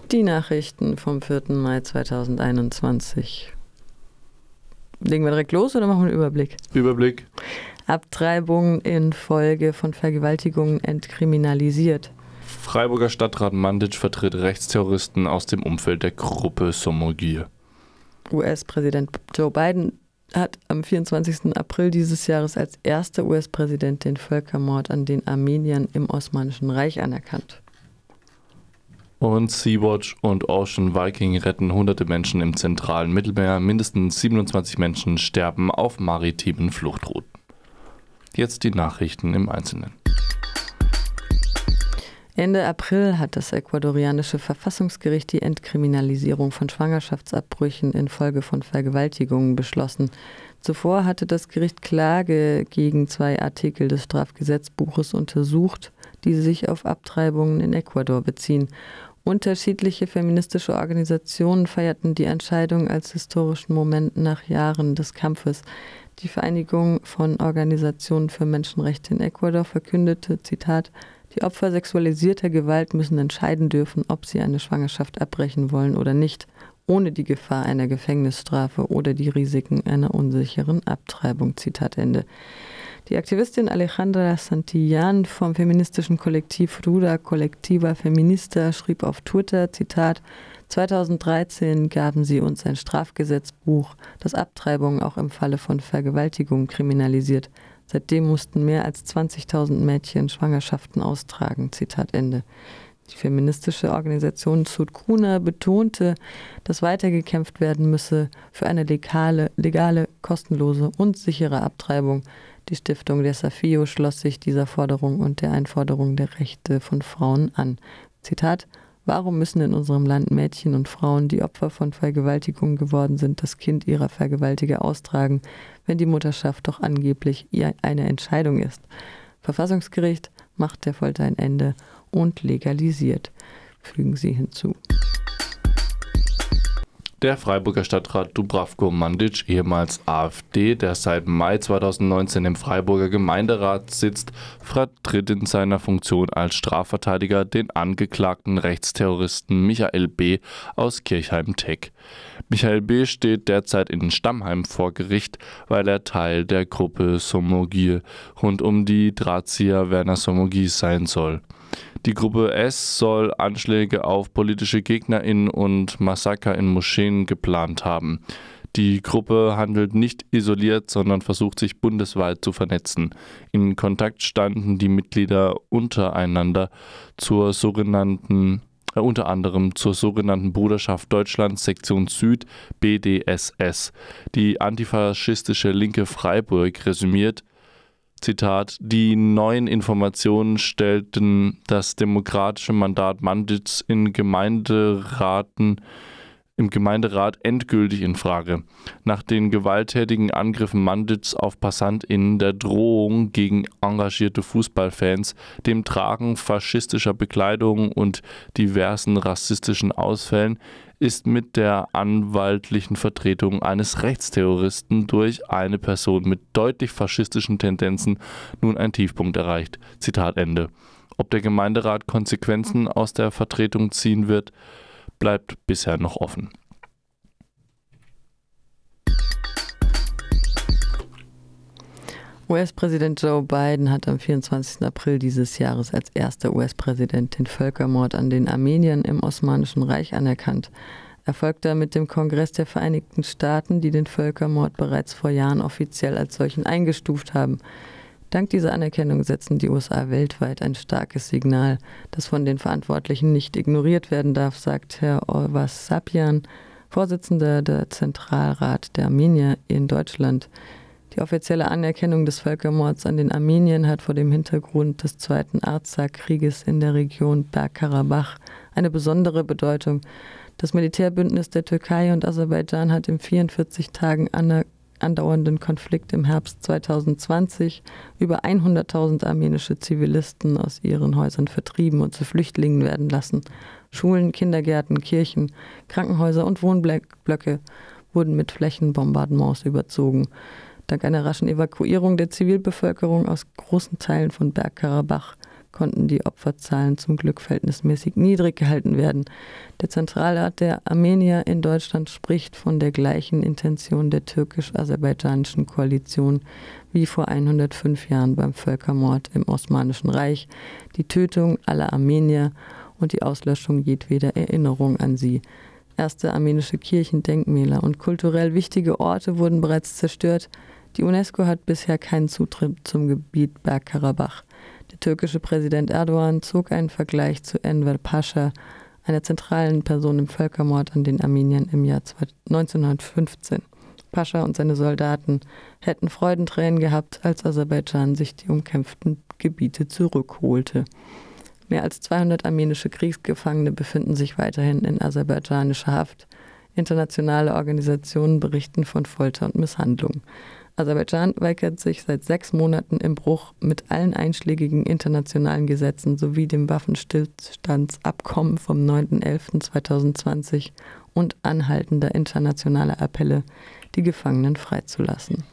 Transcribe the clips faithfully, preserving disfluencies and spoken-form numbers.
Die Nachrichten vom vierten Mai zweitausendeinundzwanzig. Legen wir direkt los oder machen wir einen Überblick? Überblick. Abtreibungen infolge von Vergewaltigungen entkriminalisiert. Freiburger Stadtrat Mandić vertritt Rechtsterroristen aus dem Umfeld der Gruppe Somogir. U S-Präsident Joe Biden hat am vierundzwanzigsten April dieses Jahres als erster U S-Präsident den Völkermord an den Armeniern im Osmanischen Reich anerkannt. Und Sea-Watch und Ocean Viking retten hunderte Menschen im zentralen Mittelmeer. Mindestens siebenundzwanzig Menschen sterben auf maritimen Fluchtrouten. Jetzt die Nachrichten im Einzelnen. Ende April hat das ecuadorianische Verfassungsgericht die Entkriminalisierung von Schwangerschaftsabbrüchen infolge von Vergewaltigungen beschlossen. Zuvor hatte das Gericht Klage gegen zwei Artikel des Strafgesetzbuches untersucht, die sich auf Abtreibungen in Ecuador beziehen. Unterschiedliche feministische Organisationen feierten die Entscheidung als historischen Moment nach Jahren des Kampfes. Die Vereinigung von Organisationen für Menschenrechte in Ecuador verkündete, Zitat, die Opfer sexualisierter Gewalt müssen entscheiden dürfen, ob sie eine Schwangerschaft abbrechen wollen oder nicht, ohne die Gefahr einer Gefängnisstrafe oder die Risiken einer unsicheren Abtreibung. Zitat Ende. Die Aktivistin Alejandra Santillán vom feministischen Kollektiv Ruda Colectiva Feminista schrieb auf Twitter, Zitat, zweitausenddreizehn gaben sie uns ein Strafgesetzbuch, das Abtreibungen auch im Falle von Vergewaltigung kriminalisiert. Seitdem mussten mehr als zwanzigtausend Mädchen Schwangerschaften austragen. Zitat Ende. Die feministische Organisation Sudcuna betonte, dass weitergekämpft werden müsse für eine legale, legale, kostenlose und sichere Abtreibung. Die Stiftung Desafío schloss sich dieser Forderung und der Einforderung der Rechte von Frauen an. Zitat: Warum müssen in unserem Land Mädchen und Frauen, die Opfer von Vergewaltigungen geworden sind, das Kind ihrer Vergewaltiger austragen, wenn die Mutterschaft doch angeblich eine Entscheidung ist? Verfassungsgericht macht der Folter ein Ende und legalisiert, fügen sie hinzu. Der Freiburger Stadtrat Dubravko Mandić, ehemals AfD, der seit Mai zweitausendneunzehn im Freiburger Gemeinderat sitzt, vertritt in seiner Funktion als Strafverteidiger den angeklagten Rechtsterroristen Michael B. aus Kirchheim-Teck. Michael B. steht derzeit in Stammheim vor Gericht, weil er Teil der Gruppe Somogir rund um die Drahtzieher Werner Somogyi sein soll. Die Gruppe S soll Anschläge auf politische GegnerInnen und Massaker in Moscheen geplant haben. Die Gruppe handelt nicht isoliert, sondern versucht sich bundesweit zu vernetzen. In Kontakt standen die Mitglieder untereinander zur sogenannten, äh, unter anderem zur sogenannten Bruderschaft Deutschland Sektion Süd B D S S. Die antifaschistische Linke Freiburg resümiert, Zitat, die neuen Informationen stellten das demokratische Mandat Mandić in Gemeinderaten, im Gemeinderat endgültig in Frage. Nach den gewalttätigen Angriffen Mandićs auf PassantInnen, der Drohung gegen engagierte Fußballfans, dem Tragen faschistischer Bekleidung und diversen rassistischen Ausfällen ist mit der anwaltlichen Vertretung eines Rechtsterroristen durch eine Person mit deutlich faschistischen Tendenzen nun ein Tiefpunkt erreicht. Zitat Ende. Ob der Gemeinderat Konsequenzen aus der Vertretung ziehen wird, bleibt bisher noch offen. U S-Präsident Joe Biden hat am vierundzwanzigsten April dieses Jahres als erster U S-Präsident den Völkermord an den Armeniern im Osmanischen Reich anerkannt. Er folgte mit dem Kongress der Vereinigten Staaten, die den Völkermord bereits vor Jahren offiziell als solchen eingestuft haben. Dank dieser Anerkennung setzen die U S A weltweit ein starkes Signal, das von den Verantwortlichen nicht ignoriert werden darf, sagt Herr Orvas Sapyan, Vorsitzender der Zentralrat der Armenier in Deutschland. Die offizielle Anerkennung des Völkermords an den Armeniern hat vor dem Hintergrund des Zweiten Arzak-Krieges in der Region Bergkarabach eine besondere Bedeutung. Das Militärbündnis der Türkei und Aserbaidschan hat im vierundvierzig Tagen andauernden Konflikt im Herbst zweitausendzwanzig über hunderttausend armenische Zivilisten aus ihren Häusern vertrieben und zu Flüchtlingen werden lassen. Schulen, Kindergärten, Kirchen, Krankenhäuser und Wohnblöcke wurden mit Flächenbombardements überzogen. Dank einer raschen Evakuierung der Zivilbevölkerung aus großen Teilen von Bergkarabach konnten die Opferzahlen zum Glück verhältnismäßig niedrig gehalten werden. Der Zentralrat der Armenier in Deutschland spricht von der gleichen Intention der türkisch-aserbaidschanischen Koalition wie vor hundertfünf Jahren beim Völkermord im Osmanischen Reich, die Tötung aller Armenier und die Auslöschung jedweder Erinnerung an sie. Erste armenische Kirchen, Denkmäler und kulturell wichtige Orte wurden bereits zerstört. Die UNESCO hat bisher keinen Zutritt zum Gebiet Bergkarabach. Der türkische Präsident Erdogan zog einen Vergleich zu Enver Pascha, einer zentralen Person im Völkermord an den Armeniern im Jahr neunzehnhundertfünfzehn. Pascha und seine Soldaten hätten Freudentränen gehabt, als Aserbaidschan sich die umkämpften Gebiete zurückholte. Mehr als zweihundert armenische Kriegsgefangene befinden sich weiterhin in aserbaidschanischer Haft. Internationale Organisationen berichten von Folter und Misshandlungen. Aserbaidschan weigert sich seit sechs Monaten im Bruch mit allen einschlägigen internationalen Gesetzen sowie dem Waffenstillstandsabkommen vom neunten elften zweitausendzwanzig und anhaltender internationaler Appelle, die Gefangenen freizulassen.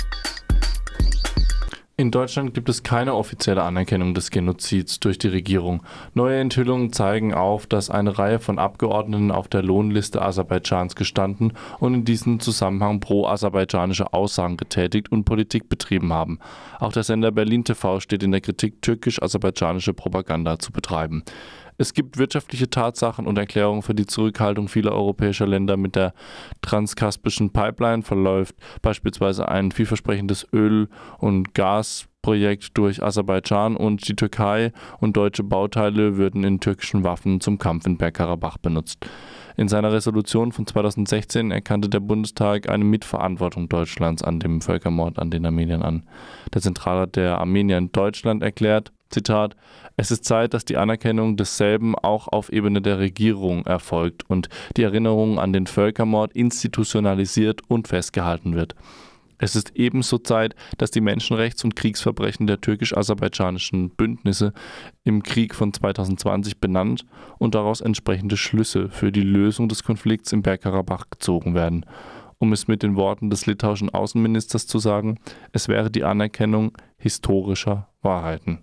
In Deutschland gibt es keine offizielle Anerkennung des Genozids durch die Regierung. Neue Enthüllungen zeigen auf, dass eine Reihe von Abgeordneten auf der Lohnliste Aserbaidschans gestanden und in diesem Zusammenhang pro-aserbaidschanische Aussagen getätigt und Politik betrieben haben. Auch der Sender Berlin T V steht in der Kritik, türkisch-aserbaidschanische Propaganda zu betreiben. Es gibt wirtschaftliche Tatsachen und Erklärungen für die Zurückhaltung vieler europäischer Länder mit der transkaspischen Pipeline. Verläuft beispielsweise ein vielversprechendes Öl- und Gasprojekt durch Aserbaidschan und die Türkei, und deutsche Bauteile würden in türkischen Waffen zum Kampf in Bergkarabach benutzt. In seiner Resolution von zweitausendsechzehn erkannte der Bundestag eine Mitverantwortung Deutschlands an dem Völkermord an den Armeniern an. Der Zentralrat der Armenier in Deutschland erklärt, Zitat, es ist Zeit, dass die Anerkennung desselben auch auf Ebene der Regierung erfolgt und die Erinnerung an den Völkermord institutionalisiert und festgehalten wird. Es ist ebenso Zeit, dass die Menschenrechts- und Kriegsverbrechen der türkisch-aserbaidschanischen Bündnisse im Krieg von zweitausendzwanzig benannt und daraus entsprechende Schlüsse für die Lösung des Konflikts im Bergkarabach gezogen werden. Um es mit den Worten des litauischen Außenministers zu sagen, es wäre die Anerkennung historischer Wahrheiten.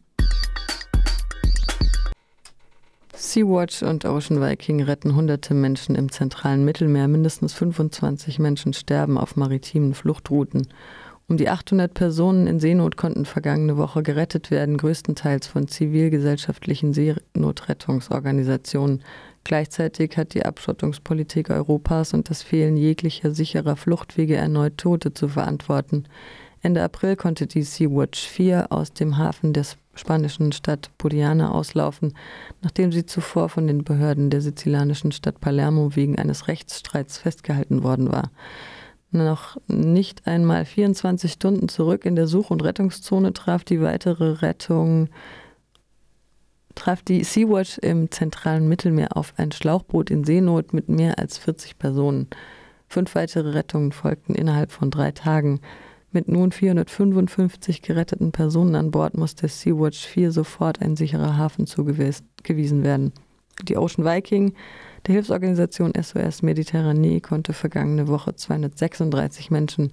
Sea-Watch und Ocean Viking retten hunderte Menschen im zentralen Mittelmeer. Mindestens fünfundzwanzig Menschen sterben auf maritimen Fluchtrouten. Um die achthundert Personen in Seenot konnten vergangene Woche gerettet werden, größtenteils von zivilgesellschaftlichen Seenotrettungsorganisationen. Gleichzeitig hat die Abschottungspolitik Europas und das Fehlen jeglicher sicherer Fluchtwege erneut Tote zu verantworten. Ende April konnte die Sea-Watch vier aus dem Hafen der spanischen Stadt Bodiana auslaufen, nachdem sie zuvor von den Behörden der sizilanischen Stadt Palermo wegen eines Rechtsstreits festgehalten worden war. Noch nicht einmal vierundzwanzig Stunden zurück in der Such- und Rettungszone traf die weitere Rettung traf die Sea-Watch im zentralen Mittelmeer auf ein Schlauchboot in Seenot mit mehr als vierzig Personen. Fünf weitere Rettungen folgten innerhalb von drei Tagen. Mit nun vierhundertfünfundfünfzig geretteten Personen an Bord muss der Sea-Watch vier sofort ein sicherer Hafen zugewiesen werden. Die Ocean Viking der Hilfsorganisation S O S Mediterranee konnte vergangene Woche zweihundertsechsunddreißig Menschen